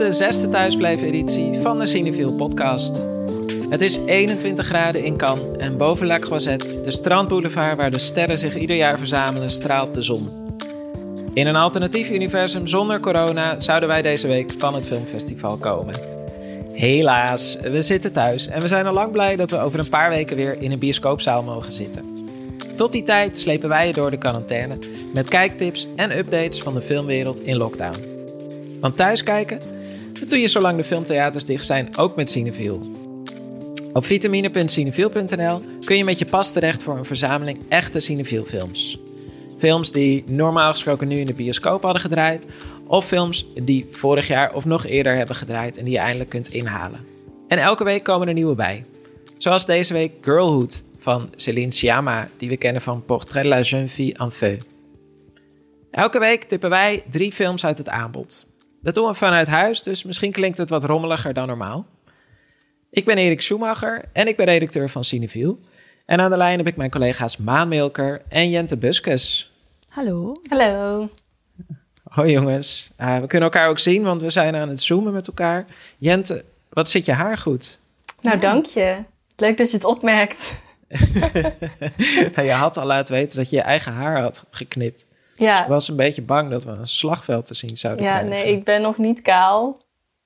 de 6e thuisblijven editie van de Cinefiel podcast. Het is 21 graden in Cannes en boven La Croisette, de strandboulevard waar de sterren zich ieder jaar verzamelen, straalt de zon. In een alternatief universum zonder corona zouden wij deze week van het filmfestival komen. Helaas, we zitten thuis en we zijn al lang blij dat we over een paar weken weer in een bioscoopzaal mogen zitten. Tot die tijd slepen wij je door de quarantaine met kijktips en updates van de filmwereld in lockdown. Want thuiskijken, dat doe je zolang de filmtheaters dicht zijn, ook met Cinefiel. Op vitamine.cinefiel.nl kun je met je pas terecht voor een verzameling echte Cinefiel films. Films die normaal gesproken nu in de bioscoop hadden gedraaid, of films die vorig jaar of nog eerder hebben gedraaid en die je eindelijk kunt inhalen. En elke week komen er nieuwe bij. Zoals deze week Girlhood van Céline Sciamma, die we kennen van Portrait la jeune fille en feu. Elke week tippen wij 3 films uit het aanbod. Dat doen we vanuit huis, dus misschien klinkt het wat rommeliger dan normaal. Ik ben Erik Schumacher en ik ben redacteur van Cinefiel. En aan de lijn heb ik mijn collega's Maan Milker en Jente Buskus. Hallo. Hallo. Hoi jongens. We kunnen elkaar ook zien, want we zijn aan het zoomen met elkaar. Jente, wat zit je haar goed? Nou, dank je. Leuk dat je het opmerkt. Nou, je had al laten weten dat je je eigen haar had geknipt. Ja. Dus ik was een beetje bang dat we een slagveld te zien zouden krijgen. Nee, ik ben nog niet kaal.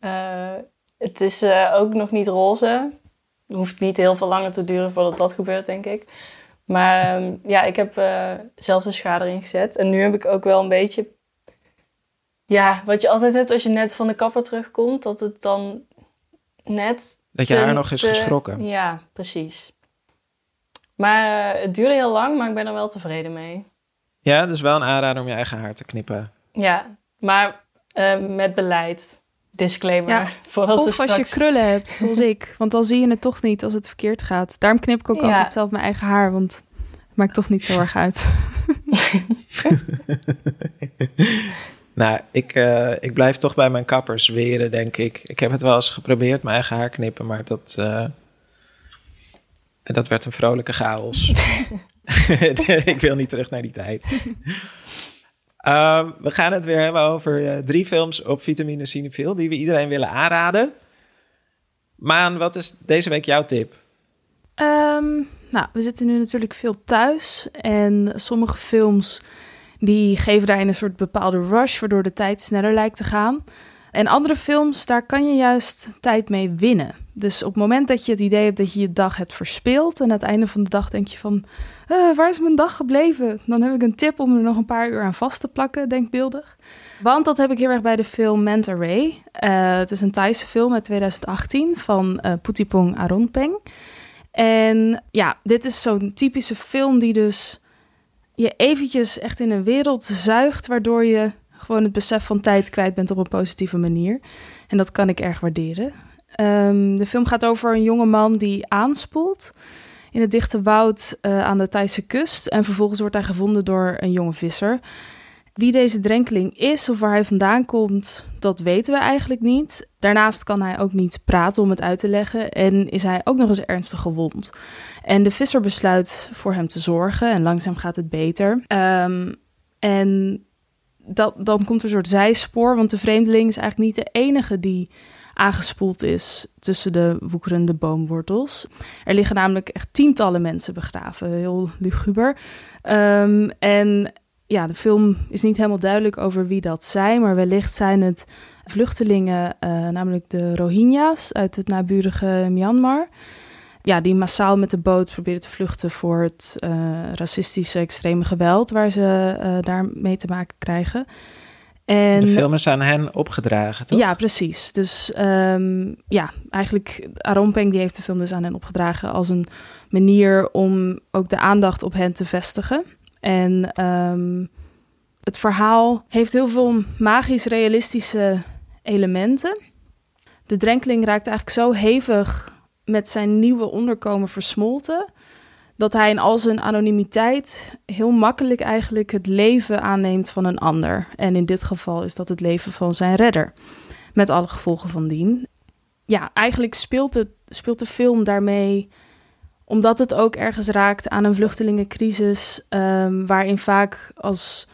Het is ook nog niet roze. Het hoeft niet heel veel langer te duren voordat dat gebeurt, denk ik. Maar ik heb zelf de schaar erin gezet. En nu heb ik ook wel een beetje... Ja, wat je altijd hebt als je net van de kapper terugkomt. Dat het dan net... Dat je haar nog is geschrokken. Ja, precies. Maar het duurde heel lang, maar ik ben er wel tevreden mee. Ja, dus wel een aanrader om je eigen haar te knippen. Ja, maar met beleid. Disclaimer. Ja, voordat of als je krullen hebt, zoals ik. Want dan zie je het toch niet als het verkeerd gaat. Daarom knip ik ook altijd zelf mijn eigen haar. Want het maakt toch niet zo erg uit. Nou, ik blijf toch bij mijn kapper zweren, denk ik. Ik heb het wel eens geprobeerd, mijn eigen haar knippen. Maar dat werd een vrolijke chaos. Ik wil niet terug naar die tijd. We gaan het weer hebben over 3 films op Vitamine Cinefiel die we iedereen willen aanraden. Maan, wat is deze week jouw tip? We zitten nu natuurlijk veel thuis en sommige films die geven daarin een soort bepaalde rush, waardoor de tijd sneller lijkt te gaan. En andere films, daar kan je juist tijd mee winnen. Dus op het moment dat je het idee hebt dat je je dag hebt verspeeld en aan het einde van de dag denk je van, waar is mijn dag gebleven? Dan heb ik een tip om er nog een paar uur aan vast te plakken, denkbeeldig. Want dat heb ik heel erg bij de film Manta Ray. Het is een Thaise film uit 2018 van Puttipong Aronpeng. En ja, dit is zo'n typische film die dus je eventjes echt in een wereld zuigt, waardoor je gewoon het besef van tijd kwijt bent op een positieve manier. En dat kan ik erg waarderen. De film gaat over een jonge man die aanspoelt in het dichte woud aan de Thaise kust. En vervolgens wordt hij gevonden door een jonge visser. Wie deze drenkeling is of waar hij vandaan komt, dat weten we eigenlijk niet. Daarnaast kan hij ook niet praten om het uit te leggen en is hij ook nog eens ernstig gewond. En de visser besluit voor hem te zorgen en langzaam gaat het beter. Dan komt er een soort zijspoor, want de vreemdeling is eigenlijk niet de enige die aangespoeld is tussen de woekerende boomwortels. Er liggen namelijk echt tientallen mensen begraven, heel luguber. De film is niet helemaal duidelijk over wie dat zijn, maar wellicht zijn het vluchtelingen, namelijk de Rohingya's uit het naburige Myanmar. Ja, die massaal met de boot proberen te vluchten voor het racistische extreme geweld waar ze daar mee te maken krijgen. En de film is aan hen opgedragen, toch? Ja, precies. Dus eigenlijk Aronpeng die heeft de film dus aan hen opgedragen als een manier om ook de aandacht op hen te vestigen. En het verhaal heeft heel veel magisch-realistische elementen. De drenkeling raakt eigenlijk zo hevig met zijn nieuwe onderkomen versmolten, dat hij in al zijn anonimiteit heel makkelijk eigenlijk het leven aanneemt van een ander. En in dit geval is dat het leven van zijn redder, met alle gevolgen van dien. Ja, eigenlijk speelt de film daarmee, omdat het ook ergens raakt aan een vluchtelingencrisis, waarin vaak als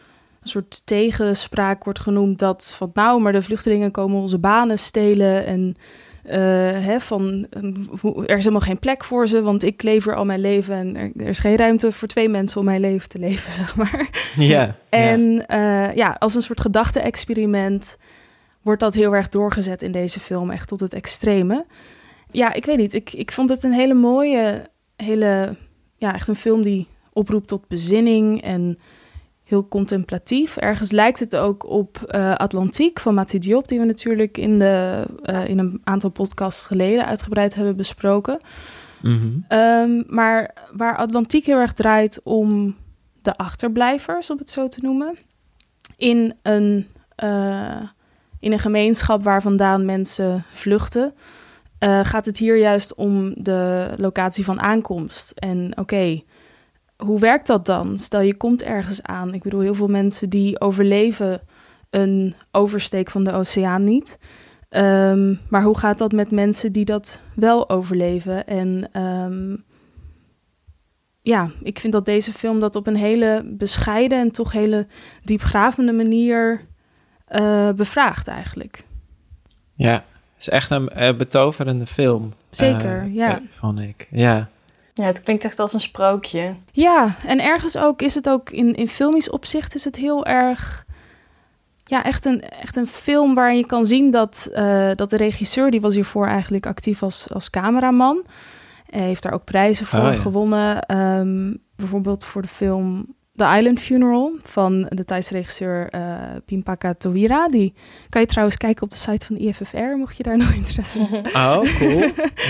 soort tegenspraak wordt genoemd dat van nou, maar de vluchtelingen komen onze banen stelen en er is helemaal geen plek voor ze, want ik leef er al mijn leven en er is geen ruimte voor 2 mensen om mijn leven te leven, zeg maar. Ja. En als een soort gedachte-experiment wordt dat heel erg doorgezet in deze film, echt tot het extreme. Ja, ik weet niet, ik vond het een hele mooie, echt een film die oproept tot bezinning en heel contemplatief. Ergens lijkt het ook op Atlantiek van Mati Diop, die we natuurlijk in een aantal podcasts geleden uitgebreid hebben besproken. Mm-hmm. Maar waar Atlantiek heel erg draait om de achterblijvers, om het zo te noemen, in een gemeenschap waar vandaan mensen vluchten, gaat het hier juist om de locatie van aankomst. En oké, hoe werkt dat dan? Stel, je komt ergens aan. Ik bedoel, heel veel mensen die overleven een oversteek van de oceaan niet. Maar hoe gaat dat met mensen die dat wel overleven? En ik vind dat deze film dat op een hele bescheiden en toch hele diepgravende manier bevraagt eigenlijk. Ja, het is echt een betoverende film. Zeker, Vond ik, ja. Ja, het klinkt echt als een sprookje. Ja, en ergens ook is het ook in filmisch opzicht is het heel erg, echt een film waar je kan zien dat de regisseur, die was hiervoor eigenlijk actief als cameraman. Hij heeft daar ook prijzen voor gewonnen. Bijvoorbeeld voor de film The Island Funeral van de Thaise regisseur Pimpaka Towira. Die kan je trouwens kijken op de site van de IFFR, mocht je daar nog interesse in hebben. Oh, cool.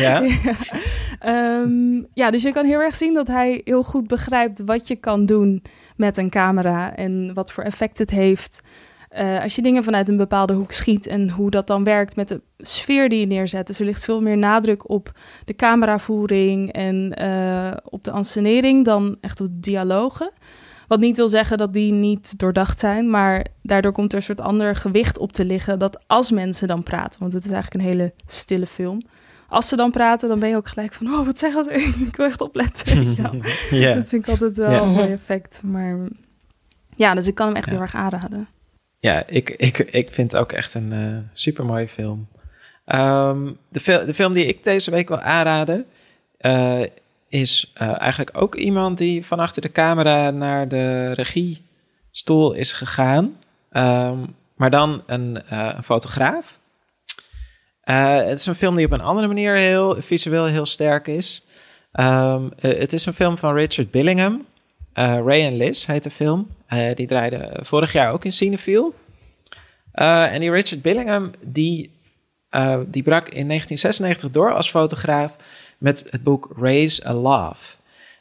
Ja. Dus je kan heel erg zien dat hij heel goed begrijpt wat je kan doen met een camera en wat voor effect het heeft als je dingen vanuit een bepaalde hoek schiet en hoe dat dan werkt met de sfeer die je neerzet. Dus er ligt veel meer nadruk op de cameravoering en op de ansenering dan echt op dialogen. Wat niet wil zeggen dat die niet doordacht zijn, maar daardoor komt er een soort ander gewicht op te liggen dat als mensen dan praten, want het is eigenlijk een hele stille film. Als ze dan praten, dan ben je ook gelijk van, wat zeggen ze? Ik wil echt opletten. Weet je wel. Yeah. Dat vind ik altijd wel een mooi effect. Maar ja, dus ik kan hem echt heel erg aanraden. Ja, ik vind het ook echt een supermooie film. De film die ik deze week wil aanraden is eigenlijk ook iemand die van achter de camera naar de regiestoel is gegaan. Maar dan een fotograaf. Het is een film die op een andere manier heel visueel heel sterk is. Het is een film van Richard Billingham. Ray and Liz heet de film. Die draaide vorig jaar ook in Cinefiel. En die Richard Billingham, die brak in 1996 door als fotograaf met het boek Raise a Love.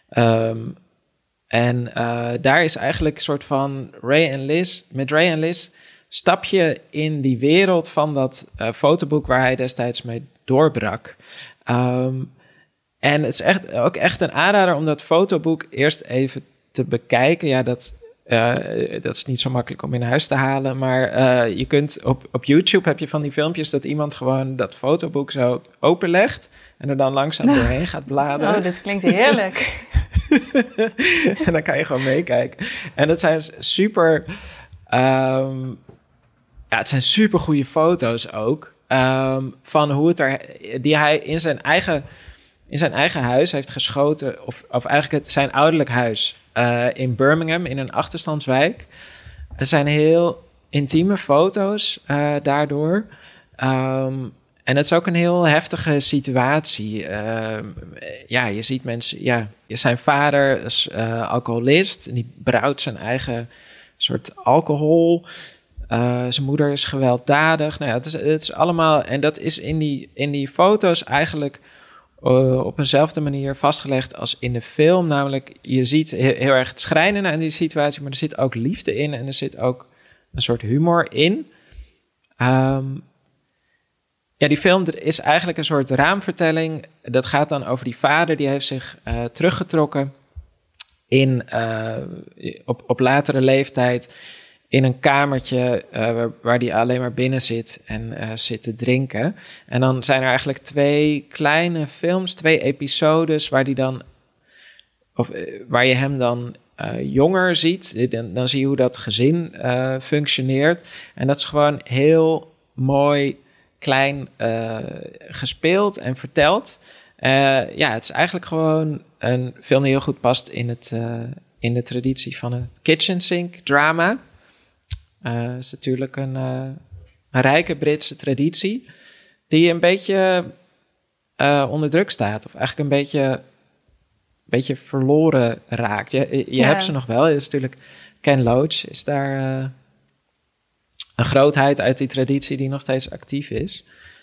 Daar is eigenlijk een soort van met Ray and Liz stap je in die wereld van dat fotoboek waar hij destijds mee doorbrak. En het is ook echt een aanrader om dat fotoboek eerst even te bekijken. Ja, dat is niet zo makkelijk om in huis te halen. Maar je kunt op YouTube heb je van die filmpjes dat iemand gewoon dat fotoboek zo openlegt en er dan langzaam doorheen gaat bladeren. Oh, dit klinkt heerlijk. En dan kan je gewoon meekijken. En dat zijn super het zijn super goede foto's ook. Van hoe die hij in zijn eigen huis heeft geschoten. Of eigenlijk zijn ouderlijk huis. In Birmingham, in een achterstandswijk. Er zijn heel intieme foto's daardoor. En het is ook een heel heftige situatie. Je ziet mensen... Ja, zijn vader is alcoholist. En die brouwt zijn eigen soort alcohol. Zijn moeder is gewelddadig. Nou ja, het is allemaal... En dat is in die foto's eigenlijk op eenzelfde manier vastgelegd als in de film. Namelijk, je ziet heel erg het schrijnende aan die situatie, maar er zit ook liefde in en er zit ook een soort humor in. Die film is eigenlijk een soort raamvertelling. Dat gaat dan over die vader, die heeft zich teruggetrokken op latere leeftijd in een kamertje waar die alleen maar binnen zit en zit te drinken. En dan zijn er eigenlijk 2 kleine films, 2 episodes waar je hem dan jonger ziet, dan zie je hoe dat gezin functioneert. En dat is gewoon heel mooi, klein gespeeld en verteld. Het is eigenlijk gewoon een film die heel goed past in de traditie van een kitchen sink drama. Het is natuurlijk een rijke Britse traditie die een beetje onder druk staat. Of eigenlijk een beetje verloren raakt. Je hebt ze nog wel. Het is natuurlijk Ken Loach is daar een grootheid uit die traditie die nog steeds actief is.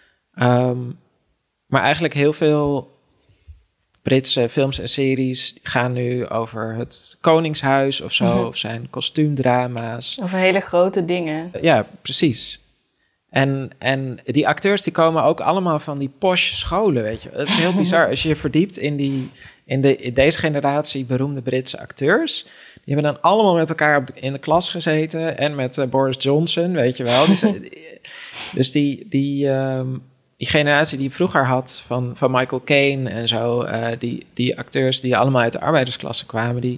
Maar eigenlijk heel veel Britse films en series gaan nu over het Koningshuis of zo. Of zijn kostuumdrama's. Over hele grote dingen. Ja, precies. En die acteurs die komen ook allemaal van die posh scholen, weet je. Het is heel bizar. Als je je verdiept in deze generatie beroemde Britse acteurs. Die hebben dan allemaal met elkaar in de klas gezeten. En met Boris Johnson, weet je wel. Dus die generatie die je vroeger had van Michael Caine en zo. Die acteurs die allemaal uit de arbeidersklasse kwamen.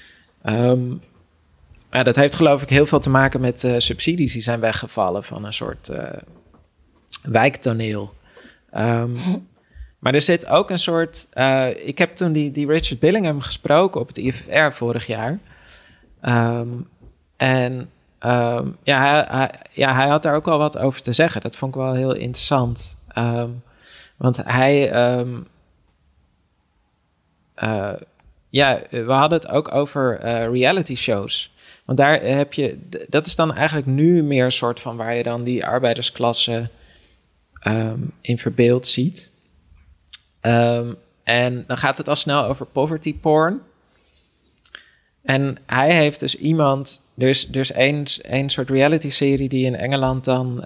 Dat heeft geloof ik heel veel te maken met subsidies die zijn weggevallen van een soort wijktoneel. Maar er zit ook een soort... ik heb toen die Richard Billingham gesproken op het IFFR vorig jaar. Hij had daar ook wel wat over te zeggen. Dat vond ik wel heel interessant. Want we hadden het ook over reality shows. Want daar heb je... Dat is dan eigenlijk nu meer een soort van waar je dan die arbeidersklasse in verbeeld ziet. En dan gaat het al snel over poverty porn. En hij heeft dus iemand... Er is één soort reality-serie die in Engeland dan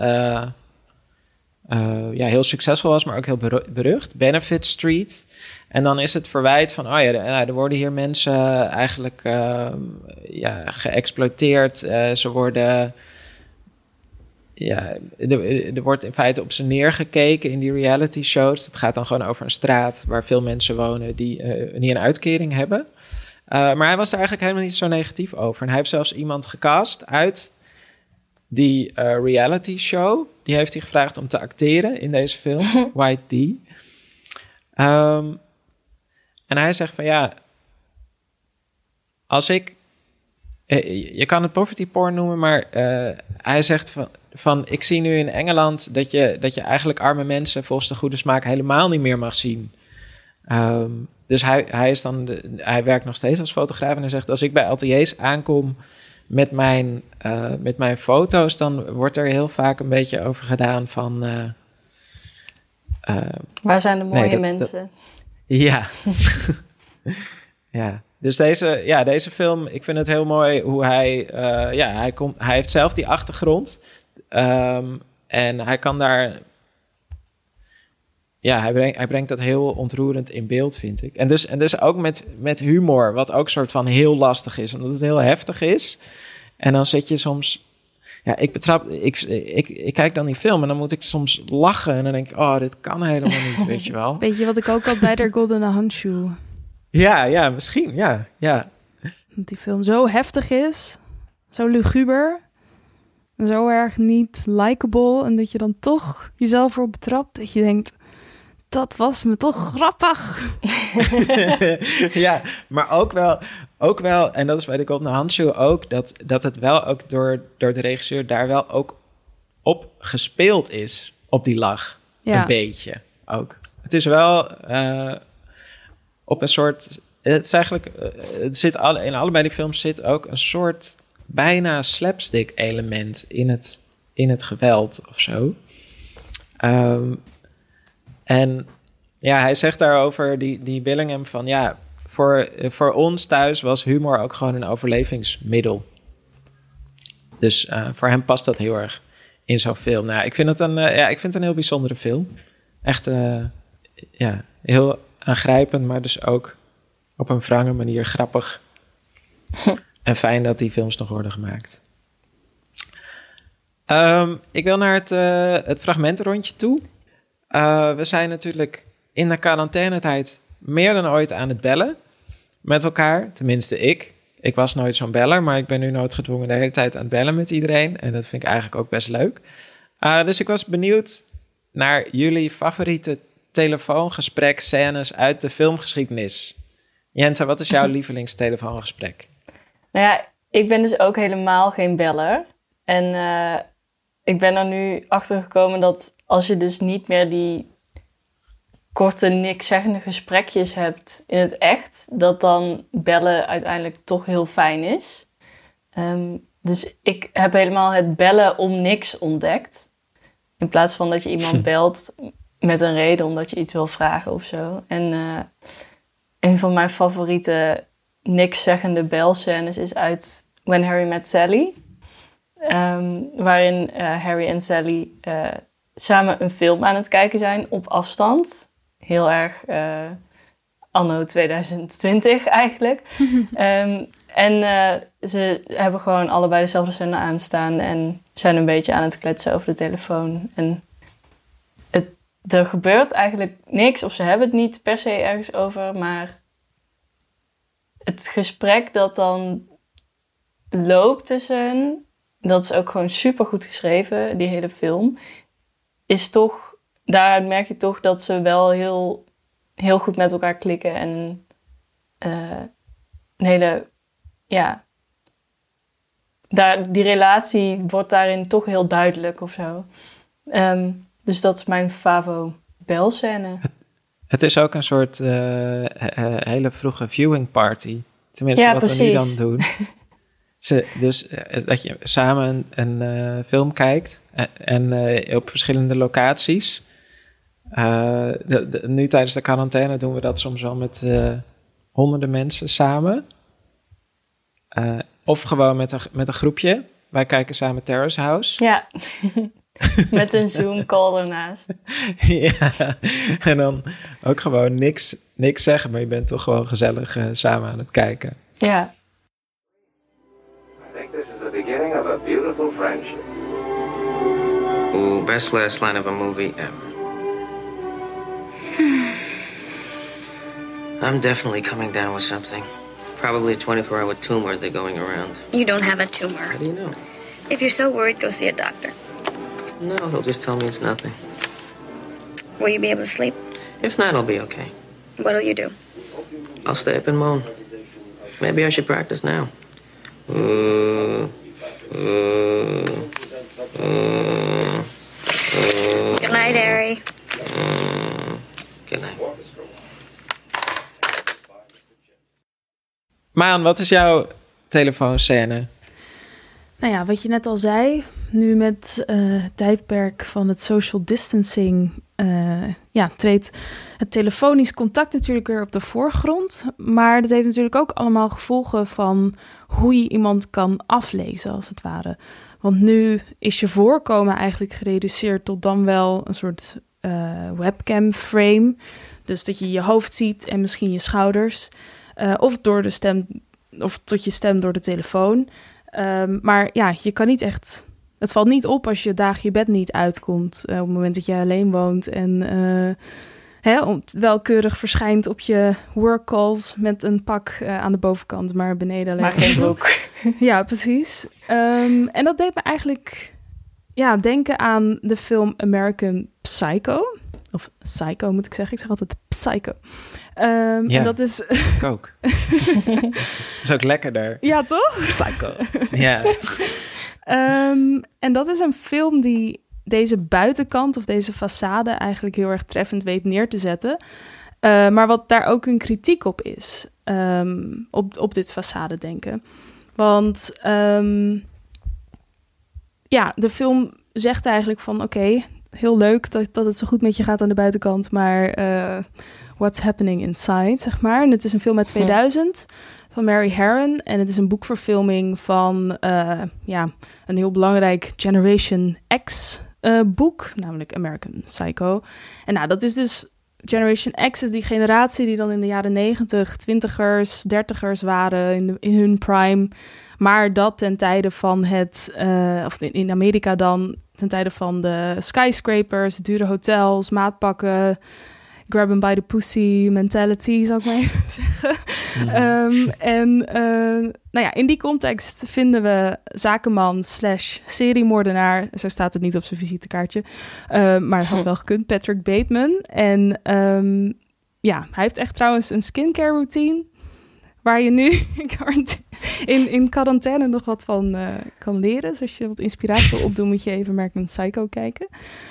heel succesvol was, maar ook heel berucht. Benefit Street. En dan is het verwijt van... er worden hier mensen eigenlijk geëxploiteerd. Ze worden... er wordt in feite op ze neergekeken in die reality shows. Het gaat dan gewoon over een straat waar veel mensen wonen die niet een uitkering hebben. Maar hij was er eigenlijk helemaal niet zo negatief over. En hij heeft zelfs iemand gecast uit die reality show. Die heeft hij gevraagd om te acteren in deze film, White D. En hij zegt van als ik... je kan het poverty porn noemen, maar hij zegt van ik zie nu in Engeland dat je eigenlijk arme mensen volgens de goede smaak helemaal niet meer mag zien. Dus hij werkt nog steeds als fotograaf en hij zegt als ik bij ateliers aankom met mijn foto's, dan wordt er heel vaak een beetje over gedaan van... waar zijn de mooie mensen? Ja. Ja. Dus deze film, ik vind het heel mooi hoe hij heeft zelf die achtergrond. En hij kan daar... Ja, hij brengt dat heel ontroerend in beeld, vind ik. En dus ook met humor, wat ook soort van heel lastig is, omdat het heel heftig is. En dan zit je soms... Ja, ik kijk dan die film en dan moet ik soms lachen. En dan denk ik, dit kan helemaal niet, weet je wel. Weet je wat ik ook had bij de Golden Handshoe? Ja, misschien, ja. Dat die film zo heftig is, zo luguber, zo erg niet likable. En dat je dan toch jezelf erop betrapt. Dat je denkt, dat was me toch grappig. Ja, maar ook wel, en dat is bij de Golden Handshoe ook, dat het wel ook door de regisseur daar wel ook op gespeeld is, op die lach. Ja. Een beetje ook. Het is wel op een soort... Het is eigenlijk... in allebei die films zit ook een soort bijna slapstick element in het geweld of zo. En ja, hij zegt daarover, die Billingham, van voor ons thuis was humor ook gewoon een overlevingsmiddel. Dus voor hem past dat heel erg in zo'n film. Nou, ik vind het een heel bijzondere film. Echt, heel aangrijpend, maar dus ook op een wrange manier grappig. En fijn dat die films nog worden gemaakt. Ik wil naar het fragmentenrondje toe. We zijn natuurlijk in de quarantainetijd meer dan ooit aan het bellen met elkaar. Tenminste ik. Ik was nooit zo'n beller, maar ik ben nu noodgedwongen de hele tijd aan het bellen met iedereen. En dat vind ik eigenlijk ook best leuk. Dus ik was benieuwd naar jullie favoriete telefoongespreksscènes uit de filmgeschiedenis. Jente, wat is jouw lievelingstelefoongesprek? Nou ja, ik ben dus ook helemaal geen beller. En ik ben er nu achter gekomen dat als je dus niet meer die korte, nikszeggende gesprekjes hebt in het echt, dat dan bellen uiteindelijk toch heel fijn is. Dus ik heb helemaal het bellen om niks ontdekt. In plaats van dat je iemand belt met een reden, omdat je iets wil vragen of zo. En een van mijn favoriete nikszeggende belscènes is uit When Harry Met Sally. Waarin Harry en Sally samen een film aan het kijken zijn op afstand. Heel erg anno 2020 eigenlijk. Ze hebben gewoon allebei dezelfde zender aanstaan en zijn een beetje aan het kletsen over de telefoon. En er gebeurt eigenlijk niks, of ze hebben het niet per se ergens over, maar het gesprek dat dan loopt tussen hen, dat is ook gewoon super goed geschreven, die hele film, is toch, daaruit merk je toch dat ze wel heel goed met elkaar klikken en een hele, ja, die relatie wordt daarin toch heel duidelijk of zo. Dus dat is mijn favo-belscène. Het is ook een soort hele vroege viewing party. Tenminste, ja, wat precies. we nu dan doen. Dus dat je samen een film kijkt en op verschillende locaties. Nu tijdens de quarantaine doen we dat soms wel met honderden mensen samen. Of gewoon met een groepje. Wij kijken samen Terrace House. Ja, met een Zoom-call ernaast. Ja, en dan ook gewoon niks zeggen, maar je bent toch gewoon gezellig samen aan het kijken. Ja. I think this is the beginning of a beautiful friendship. Ooh, best last line of a movie ever. I'm definitely coming down with something. Probably a 24-hour tumor they're going around. You don't have a tumor. How do you know? If you're so worried, go see a doctor. No, he'll just tell me it's nothing. Will you be able to sleep? If not, I'll be okay. What'll you do? I'll stay up and moan. Maybe I should practice now. Good night, Harry. Good night. Maan, wat is jouw telefoonscène? Nou ja, wat je net al zei, nu met het tijdperk van het social distancing treedt het telefonisch contact natuurlijk weer op de voorgrond. Maar dat heeft natuurlijk ook allemaal gevolgen van hoe je iemand kan aflezen, als het ware. Want nu is je voorkomen eigenlijk gereduceerd tot dan wel een soort webcam frame. Dus dat je je hoofd ziet en misschien je schouders. Of door de stem, of tot je stem door de telefoon. Maar ja, je kan niet echt. Het valt niet op als je dagen je bed niet uitkomt. Op het moment dat je alleen woont. En welkeurig verschijnt op je workcalls met een pak aan de bovenkant, maar beneden alleen. Maar geen broek. Ja, precies. En dat deed me eigenlijk denken aan de film American Psycho. Of Psycho moet ik zeggen. Ik zeg altijd Psycho. En dat is... Ik ook. Is ook lekkerder. Ja, toch? Psycho. Ja. En dat is een film die deze buitenkant of deze façade eigenlijk heel erg treffend weet neer te zetten. Maar wat daar ook een kritiek op is. Op dit façade denken. Want de film zegt eigenlijk van oké, heel leuk dat het zo goed met je gaat aan de buitenkant, maar what's happening inside, zeg maar. En het is een film uit 2000 van Mary Harron en het is een boekverfilming van een heel belangrijk Generation X boek, namelijk American Psycho. En nou, dat is dus Generation X is die generatie die dan in de jaren 90 20ers, 30ers waren in hun prime, maar dat ten tijde van of in Amerika dan ten tijde van de skyscrapers, dure hotels, maatpakken, grab him by the pussy mentality, zou ik maar even zeggen. In die context vinden we zakenman / seriemoordenaar, zo staat het niet op zijn visitekaartje, maar het had wel gekund, Patrick Bateman. En hij heeft echt trouwens een skincare routine waar je nu in quarantaine nog wat van kan leren. Dus als je wat inspiratie wil opdoen, moet je even American Psycho kijken.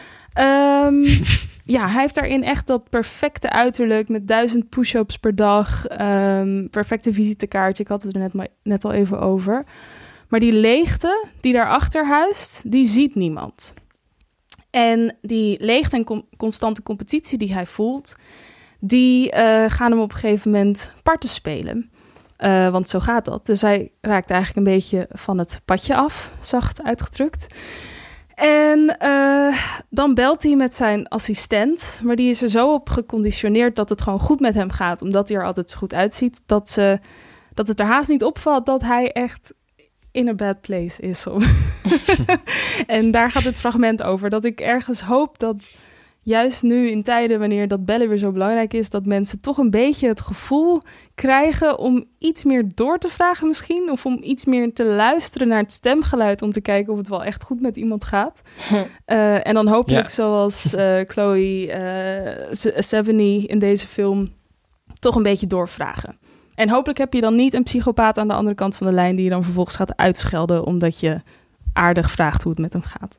Hij heeft daarin echt dat perfecte uiterlijk met 1000 push-ups per dag. Perfecte visitekaartje. Ik had het er net al even over. Maar die leegte die daarachter huist, die ziet niemand. En die leegte en constante competitie die hij voelt, die gaan hem op een gegeven moment parten spelen. Want zo gaat dat. Dus hij raakt eigenlijk een beetje van het padje af, zacht uitgedrukt. En dan belt hij met zijn assistent, maar die is er zo op geconditioneerd dat het gewoon goed met hem gaat, omdat hij er altijd zo goed uitziet, dat het er haast niet opvalt dat hij echt in a bad place is. En daar gaat het fragment over, dat ik ergens hoop dat juist nu in tijden wanneer dat bellen weer zo belangrijk is, dat mensen toch een beetje het gevoel krijgen om iets meer door te vragen misschien, of om iets meer te luisteren naar het stemgeluid om te kijken of het wel echt goed met iemand gaat. En dan hopelijk zoals Chloe Sevigny in deze film toch een beetje doorvragen. En hopelijk heb je dan niet een psychopaat aan de andere kant van de lijn die je dan vervolgens gaat uitschelden omdat je aardig vraagt hoe het met hem gaat.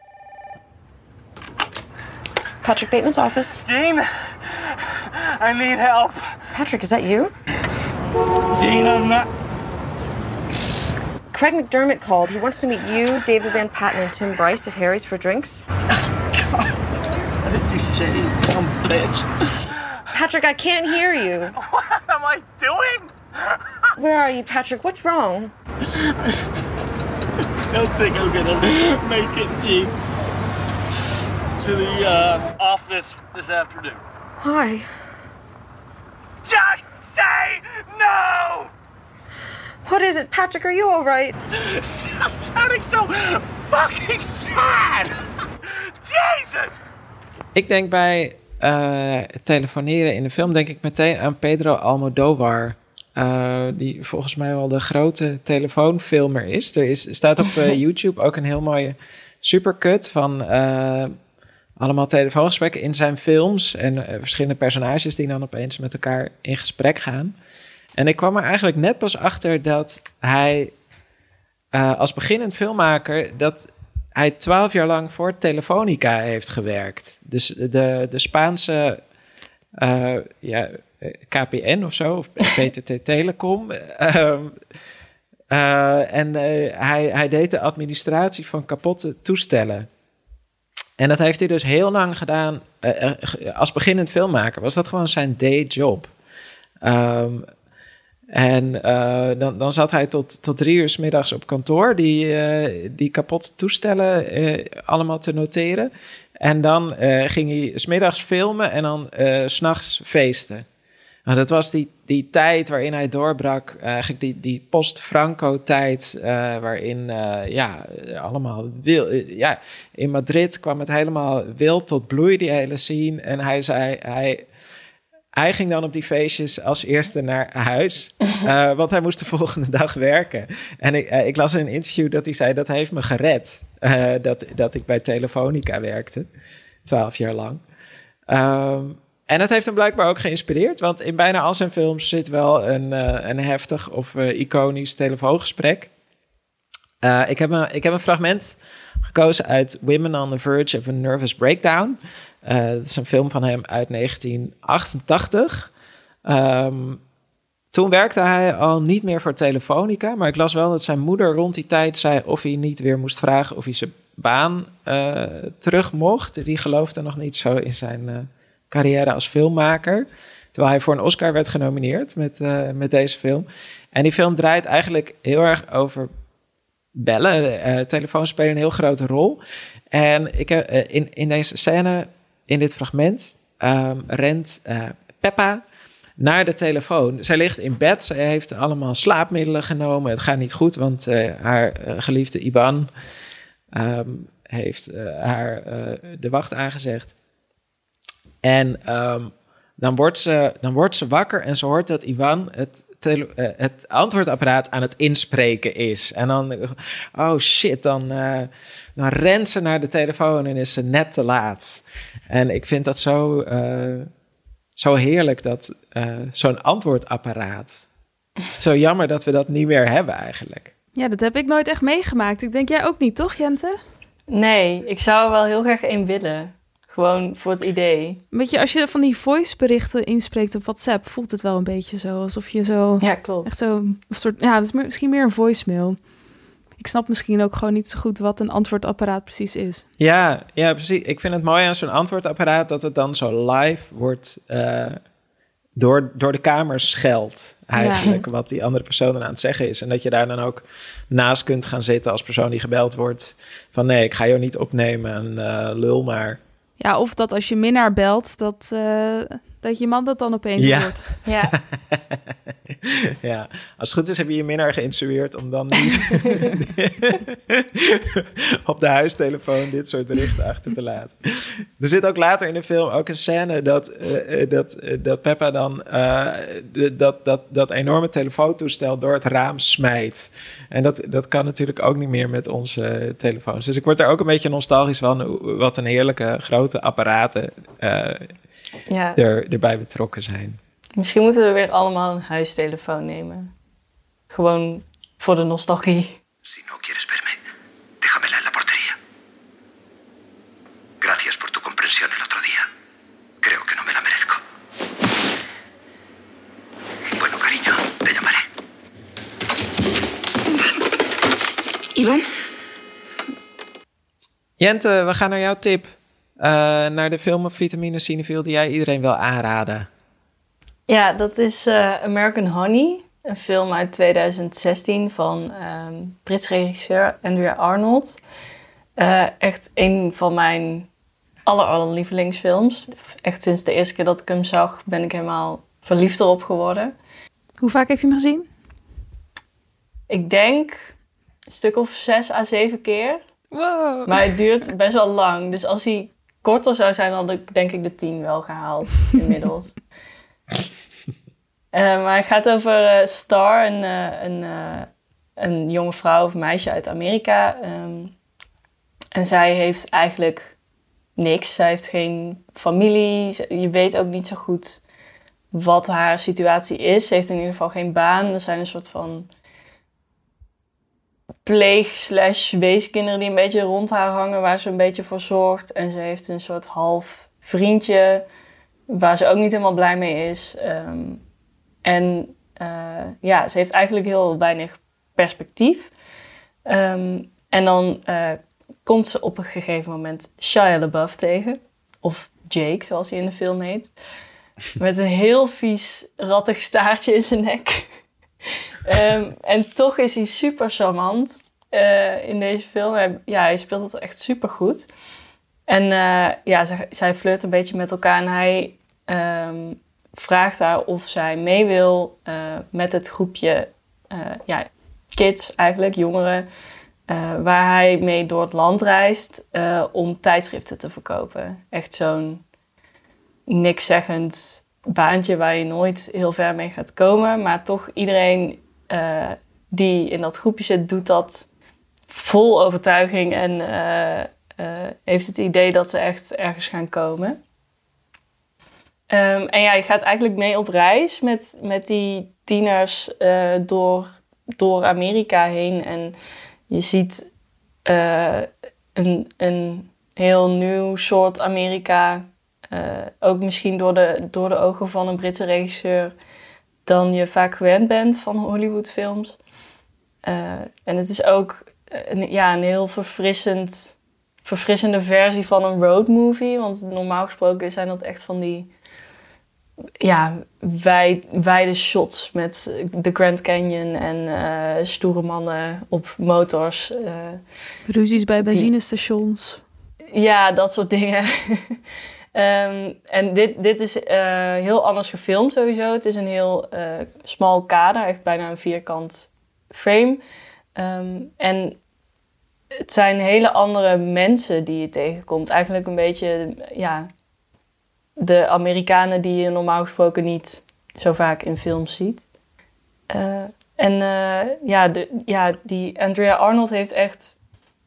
Patrick Bateman's office. Dean, I need help. Patrick, is that you? Dean, I'm not... Craig McDermott called. He wants to meet you, David Van Patten, and Tim Bryce at Harry's for drinks. God, what did you say, dumb bitch? Patrick, I can't hear you. What am I doing? Where are you, Patrick? What's wrong? Don't think I'm gonna make it, Gene. To the office this afternoon. Why? Just say no! What is it, Patrick? Are you all right? Sounding so fucking sad! Jesus! Ik denk bij telefoneren in de film, denk ik meteen aan Pedro Almodóvar. Die volgens mij wel de grote telefoonfilmer is. Er staat op YouTube ook een heel mooie supercut van allemaal telefoongesprekken in zijn films en verschillende personages die dan opeens met elkaar in gesprek gaan. En ik kwam er eigenlijk net pas achter dat hij als beginnend filmmaker, dat hij 12 jaar lang voor Telefonica heeft gewerkt. Dus de Spaanse KPN of zo, of PTT Telecom. Hij deed de administratie van kapotte toestellen. En dat heeft hij dus heel lang gedaan. Als beginnend filmmaker was dat gewoon zijn day job. Dan zat hij tot 3 uur 's middags op kantoor die kapotte toestellen allemaal te noteren. En dan ging hij 's middags filmen en dan 's nachts feesten. Nou, dat was die tijd waarin hij doorbrak, eigenlijk die post-Franco-tijd, waarin allemaal in Madrid kwam het helemaal wild tot bloei, die hele scene. En hij zei, hij ging dan op die feestjes als eerste naar huis, want hij moest de volgende dag werken. En ik las in een interview dat hij zei, dat heeft me gered, dat ik bij Telefonica werkte, 12 jaar lang. En dat heeft hem blijkbaar ook geïnspireerd, want in bijna al zijn films zit wel een heftig of iconisch telefoongesprek. Ik heb een fragment gekozen uit Women on the Verge of a Nervous Breakdown. Dat is een film van hem uit 1988. Toen werkte hij al niet meer voor Telefonica, maar ik las wel dat zijn moeder rond die tijd zei of hij niet weer moest vragen of hij zijn baan terug mocht. Die geloofde nog niet zo in zijn carrière als filmmaker, terwijl hij voor een Oscar werd genomineerd met deze film. En die film draait eigenlijk heel erg over bellen. Telefoons spelen een heel grote rol. En ik heb in deze scène, in dit fragment, rent Peppa naar de telefoon. Zij ligt in bed, zij heeft allemaal slaapmiddelen genomen. Het gaat niet goed, want haar geliefde Ivan heeft haar de wacht aangezegd. En dan wordt ze wakker en ze hoort dat Ivan het antwoordapparaat aan het inspreken is. En dan, oh shit, dan rent ze naar de telefoon en is ze net te laat. En ik vind dat zo heerlijk, dat zo'n antwoordapparaat. Zo jammer dat we dat niet meer hebben eigenlijk. Ja, dat heb ik nooit echt meegemaakt. Ik denk jij ook niet, toch, Jente? Nee, ik zou er wel heel graag één willen. Gewoon voor het idee. Weet je, als je van die voiceberichten inspreekt op WhatsApp, voelt het wel een beetje zo. Alsof je zo... Ja, klopt. Echt zo een soort... Ja, het is misschien meer een voicemail. Ik snap misschien ook gewoon niet zo goed wat een antwoordapparaat precies is. Ja, precies. Ik vind het mooi aan zo'n antwoordapparaat dat het dan zo live wordt door de kamer scheldt eigenlijk. Ja. Wat die andere persoon dan aan het zeggen is. En dat je daar dan ook naast kunt gaan zitten als persoon die gebeld wordt. Van nee, ik ga jou niet opnemen en lul maar. Ja, of dat als je minnaar belt, dat je man dat dan opeens hoort. Ja. Ja, als het goed is heb je je minnaar geïnstrueerd om dan niet op de huistelefoon dit soort berichten achter te laten. Er zit ook later in de film ook een scène dat Peppa dan dat enorme telefoontoestel door het raam smijt. En dat kan natuurlijk ook niet meer met onze telefoons. Dus ik word er ook een beetje nostalgisch van wat een heerlijke grote apparaten erbij betrokken zijn. Misschien moeten we weer allemaal een huistelefoon nemen. Gewoon voor de nostalgie. Si no quieres verme, déjamela en la portería. Gracias por tu comprensión el otro día. Creo que no me la merezco. Bueno, cariño, te llamaré. Ivan? Jente, we gaan naar jouw tip. Naar de film op Vitamine Cinefiel die jij iedereen wil aanraden. Ja, dat is American Honey. Een film uit 2016 van Brits regisseur Andrea Arnold. Echt een van mijn allerlievelingsfilms. Echt sinds de eerste keer dat ik hem zag ben ik helemaal verliefd erop geworden. Hoe vaak heb je hem gezien? Ik denk een stuk of 6 à 7 keer. Wow. Maar het duurt best wel lang. Dus als hij korter zou zijn, dan had ik denk ik de 10 wel gehaald inmiddels. Maar het gaat over Star, een jonge vrouw of meisje uit Amerika. En zij heeft eigenlijk niks. Zij heeft geen familie. Je weet ook niet zo goed wat haar situatie is. Ze heeft in ieder geval geen baan. Er zijn een soort van pleeg/weeskinderen die een beetje rond haar hangen, waar ze een beetje voor zorgt. En ze heeft een soort half vriendje waar ze ook niet helemaal blij mee is. Ze heeft eigenlijk heel weinig perspectief. En dan komt ze op een gegeven moment Shia LaBeouf tegen. Of Jake, zoals hij in de film heet. Met een heel vies, rattig staartje in zijn nek. En toch is hij super charmant in deze film. Hij speelt het echt super goed. En zij flirt een beetje met elkaar. En hij vraagt haar of zij mee wil met het groepje kids, eigenlijk jongeren, waar hij mee door het land reist om tijdschriften te verkopen. Echt zo'n nikszeggend baantje waar je nooit heel ver mee gaat komen. Maar toch iedereen die in dat groepje zit, doet dat vol overtuiging en heeft het idee dat ze echt ergens gaan komen. Je gaat eigenlijk mee op reis met die tieners door Amerika heen. En je ziet een heel nieuw soort Amerika. Ook misschien door de ogen van een Britse regisseur dan je vaak gewend bent van Hollywoodfilms. En het is ook een heel verfrissende versie van een roadmovie. Want normaal gesproken zijn dat echt van die wijde shots met de Grand Canyon en stoere mannen op motors. Ruzies bij benzinestations. Ja, dat soort dingen. En dit is heel anders gefilmd sowieso. Het is een heel smal kader, echt bijna een vierkant frame. En het zijn hele andere mensen die je tegenkomt. Eigenlijk een beetje de Amerikanen die je normaal gesproken niet zo vaak in films ziet. Die Andrea Arnold heeft echt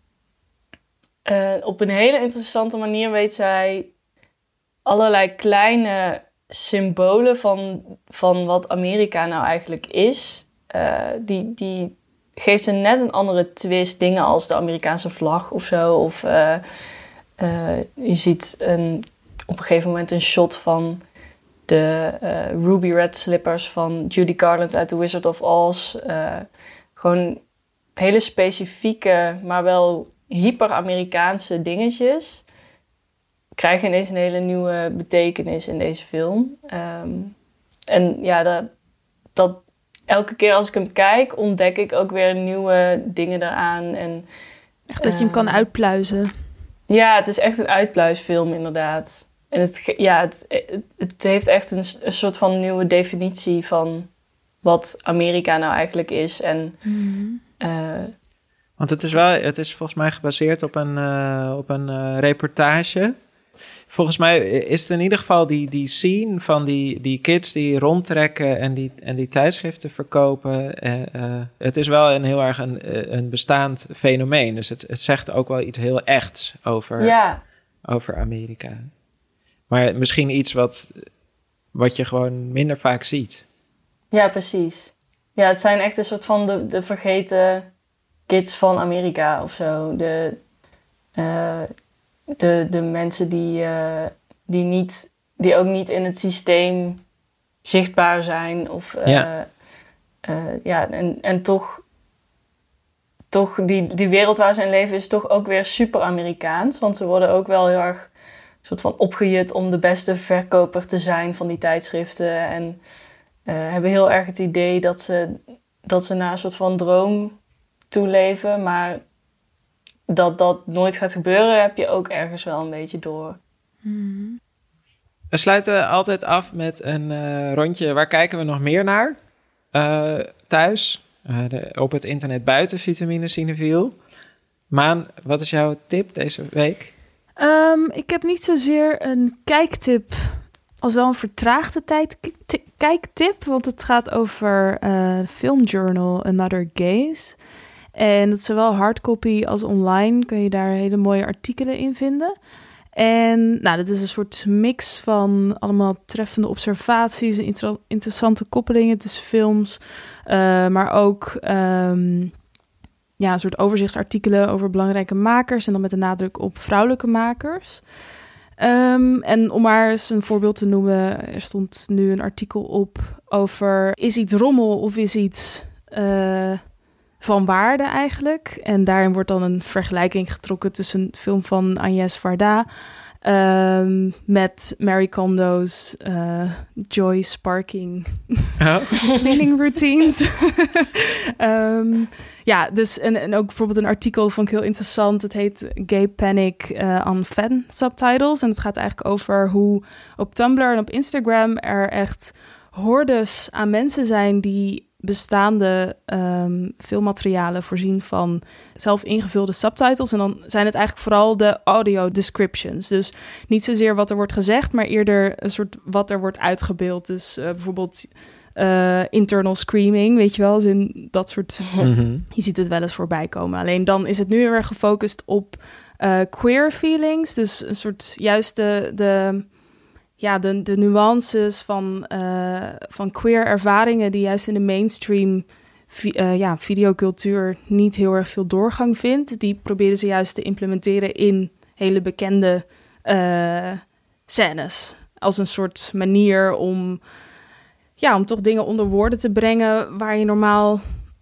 op een hele interessante manier weet zij allerlei kleine symbolen van wat Amerika nou eigenlijk is. Die geeft ze net een andere twist. Dingen als de Amerikaanse vlag of zo. Of je ziet op een gegeven moment een shot van de Ruby Red slippers van Judy Garland uit The Wizard of Oz. Gewoon hele specifieke, maar wel hyper-Amerikaanse dingetjes krijgen ineens een hele nieuwe betekenis in deze film. Dat elke keer als ik hem kijk, ontdek ik ook weer nieuwe dingen eraan. En, echt dat je hem kan uitpluizen. Ja, het is echt een uitpluisfilm inderdaad. En het heeft echt een soort van nieuwe definitie van wat Amerika nou eigenlijk is. En, want het is volgens mij gebaseerd op een reportage. Volgens mij is het in ieder geval die scene van die kids die rondtrekken en die tijdschriften verkopen. Het is wel een heel erg een bestaand fenomeen. Dus het zegt ook wel iets heel echts over Amerika. Maar misschien iets wat je gewoon minder vaak ziet. Ja, precies. Ja, het zijn echt een soort van de vergeten kids van Amerika of zo. De mensen die ook niet in het systeem zichtbaar zijn. Of, en toch die wereld waar ze in leven is toch ook weer super Amerikaans. Want ze worden ook wel heel erg soort van opgejut om de beste verkoper te zijn van die tijdschriften. En hebben heel erg het idee dat ze naar een soort van droom toeleven. Maar dat nooit gaat gebeuren, heb je ook ergens wel een beetje door. We sluiten altijd af met een rondje. Waar kijken we nog meer naar? Thuis, op het internet buiten Vitamine Cinefiel. Maan, wat is jouw tip deze week? Ik heb niet zozeer een kijktip als wel een vertraagde kijktip. Want het gaat over filmjournal Another Gaze. En dat is zowel hardcopy als online. Kun je daar hele mooie artikelen in vinden. En dit is een soort mix van allemaal treffende observaties en interessante koppelingen tussen films. Maar ook een soort overzichtsartikelen over belangrijke makers. En dan met de nadruk op vrouwelijke makers. En om maar eens een voorbeeld te noemen. Er stond nu een artikel op over is iets rommel of is iets van waarde eigenlijk. En daarin wordt dan een vergelijking getrokken tussen een film van Agnès Varda met Marie Kondo's joy sparking cleaning routines. Dus en ook bijvoorbeeld een artikel vond ik heel interessant. Het heet Gay Panic on Fan Subtitles. En het gaat eigenlijk over hoe op Tumblr en op Instagram er echt hordes aan mensen zijn die bestaande filmmaterialen voorzien van zelf ingevulde subtitles. En dan zijn het eigenlijk vooral de audio descriptions. Dus niet zozeer wat er wordt gezegd, maar eerder een soort wat er wordt uitgebeeld. Dus bijvoorbeeld internal screaming, weet je wel, als in dat soort. Je ziet het wel eens voorbij komen. Alleen dan is het nu weer gefocust op queer feelings. Dus een soort juist de nuances van queer ervaringen die juist in de mainstream videocultuur niet heel erg veel doorgang vindt. Die proberen ze juist te implementeren in hele bekende scènes. Als een soort manier om toch dingen onder woorden te brengen waar je normaal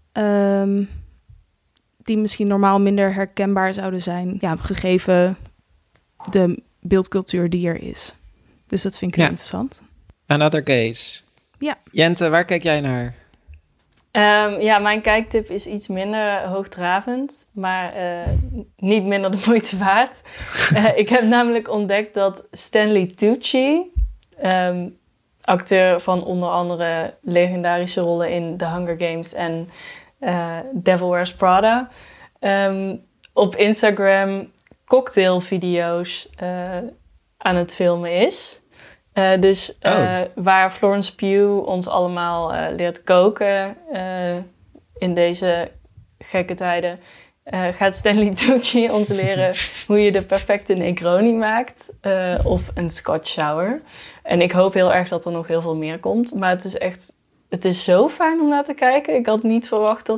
die misschien normaal minder herkenbaar zouden zijn, gegeven de beeldcultuur die er is. Dus dat vind ik heel interessant. Another Gaze. Ja. Jente, waar kijk jij naar? Mijn kijktip is iets minder hoogdravend, maar niet minder de moeite waard. Ik heb namelijk ontdekt dat Stanley Tucci, acteur van onder andere legendarische rollen in The Hunger Games en Devil Wears Prada, op Instagram cocktailvideo's aan het filmen is. Waar Florence Pugh ons allemaal leert koken in deze gekke tijden, gaat Stanley Tucci ons leren hoe je de perfecte Negroni maakt of een Scotch sour. En ik hoop heel erg dat er nog heel veel meer komt. Maar het is zo fijn om naar te kijken. Ik had niet verwacht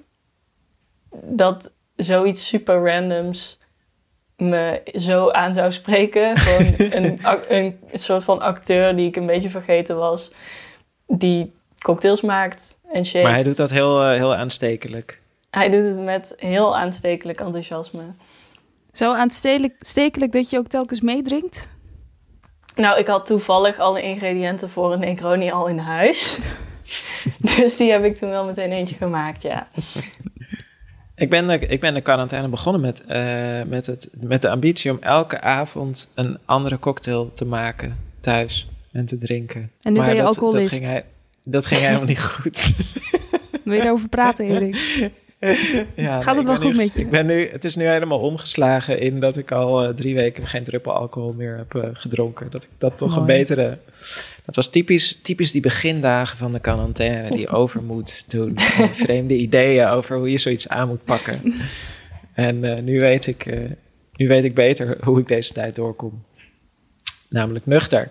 dat zoiets super randoms me zo aan zou spreken. Gewoon een soort van acteur die ik een beetje vergeten was, die cocktails maakt en shakes. Maar hij doet dat heel aanstekelijk. Hij doet het met heel aanstekelijk enthousiasme. Zo aanstekelijk dat je ook telkens meedrinkt? Nou, ik had toevallig alle ingrediënten voor een Negroni al in huis. Dus die heb ik toen wel meteen eentje gemaakt, ja. Ik ben de quarantaine begonnen met de ambitie om elke avond een andere cocktail te maken thuis en te drinken. En nu ben je alcoholist. Dat ging helemaal niet goed. Wil je daarover praten, Erik? Ja, gaat het wel goed met je? Het is nu helemaal omgeslagen in dat ik al 3 weken geen druppel alcohol meer heb gedronken. Dat ik dat toch een betere... Dat was typisch die begindagen van de quarantaine, die overmoed toen. Vreemde ideeën over hoe je zoiets aan moet pakken. En nu weet ik beter hoe ik deze tijd doorkom. Namelijk nuchter.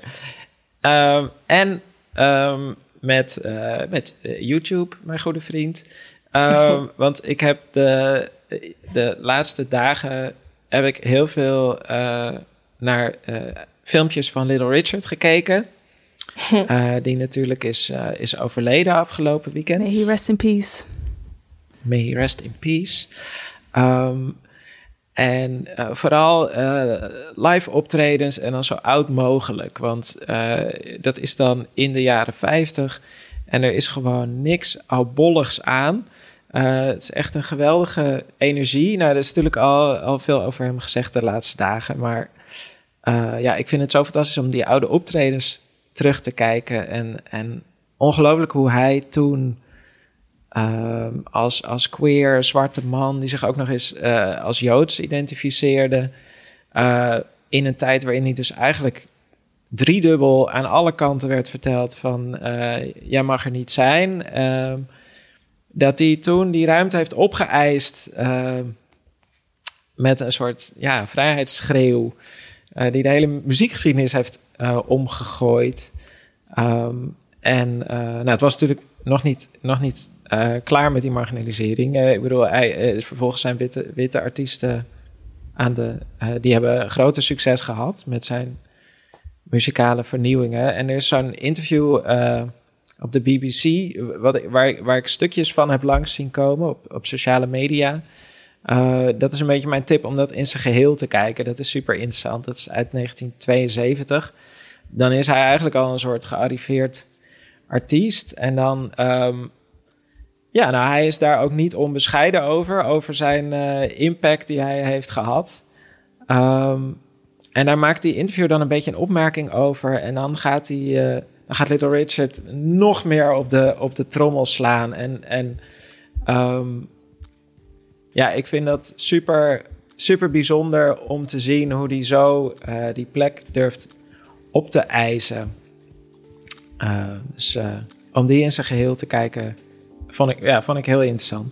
Met YouTube, mijn goede vriend. Want ik heb de laatste dagen heb ik heel veel naar filmpjes van Little Richard gekeken. Die natuurlijk is overleden afgelopen weekend. May he rest in peace. May he rest in peace. En vooral live optredens en dan zo oud mogelijk. Want dat is dan in de jaren 50. En er is gewoon niks oudbolligs aan. Het is echt een geweldige energie. Nou, er is natuurlijk al veel over hem gezegd de laatste dagen. Maar ik vind het zo fantastisch om die oude optredens terug te kijken. En ongelooflijk hoe hij toen als queer zwarte man, die zich ook nog eens als Joods identificeerde, in een tijd waarin hij dus eigenlijk driedubbel aan alle kanten werd verteld van jij mag er niet zijn. Dat hij toen die ruimte heeft opgeëist met een soort vrijheidsschreeuw die de hele muziekgeschiedenis heeft omgegooid. Het was natuurlijk nog niet klaar met die marginalisering. Ik bedoel, vervolgens zijn witte artiesten die hebben grote succes gehad met zijn muzikale vernieuwingen. En er is zo'n interview op de BBC, waar ik stukjes van heb langs zien komen op sociale media. Dat is een beetje mijn tip om dat in zijn geheel te kijken. Dat is super interessant. Dat is uit 1972. Dan is hij eigenlijk al een soort gearriveerd artiest. En dan... hij is daar ook niet onbescheiden over zijn impact die hij heeft gehad. En daar maakt die interview dan een beetje een opmerking over. En dan gaat Little Richard nog meer op de trommel slaan. Ik vind dat super, super bijzonder om te zien hoe hij zo die plek durft op te eisen. Om die in zijn geheel te kijken, vond ik heel interessant.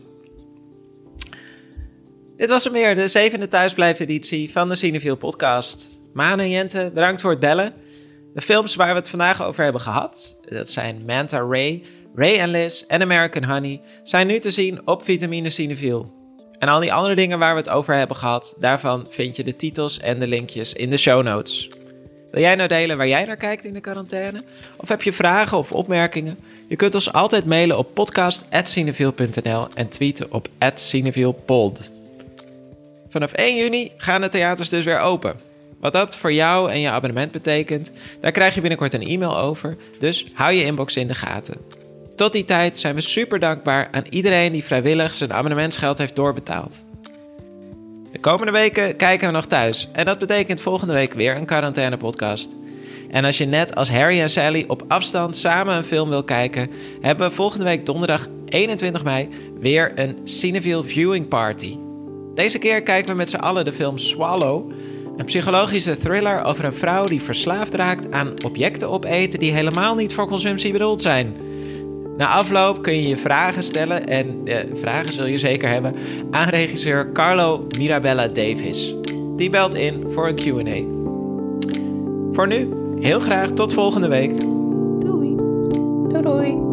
Dit was hem weer, de 7e thuisblijfeditie van de Cinefiel podcast. Maan en Jente, bedankt voor het bellen. De films waar we het vandaag over hebben gehad, dat zijn Manta Ray, Ray and Liz en American Honey, zijn nu te zien op Vitamine Cinefiel. En al die andere dingen waar we het over hebben gehad, daarvan vind je de titels en de linkjes in de show notes. Wil jij nou delen waar jij naar kijkt in de quarantaine? Of heb je vragen of opmerkingen? Je kunt ons altijd mailen op podcast@cinefiel.nl en tweeten op @cinefielpod. Vanaf 1 juni gaan de theaters dus weer open. Wat dat voor jou en je abonnement betekent, daar krijg je binnenkort een e-mail over, dus hou je inbox in de gaten. Tot die tijd zijn we super dankbaar aan iedereen die vrijwillig zijn abonnementsgeld heeft doorbetaald. De komende weken kijken we nog thuis en dat betekent volgende week weer een quarantaine-podcast. En als je net als Harry en Sally op afstand samen een film wil kijken, hebben we volgende week donderdag 21 mei weer een Cinefiel Viewing Party. Deze keer kijken we met z'n allen de film Swallow, Een psychologische thriller over een vrouw die verslaafd raakt aan objecten opeten die helemaal niet voor consumptie bedoeld zijn. Na afloop kun je je vragen stellen, en vragen zul je zeker hebben, aan regisseur Carlo Mirabella Davis. Die belt in voor een Q&A. Voor nu, heel graag tot volgende week. Doei. Doei doei.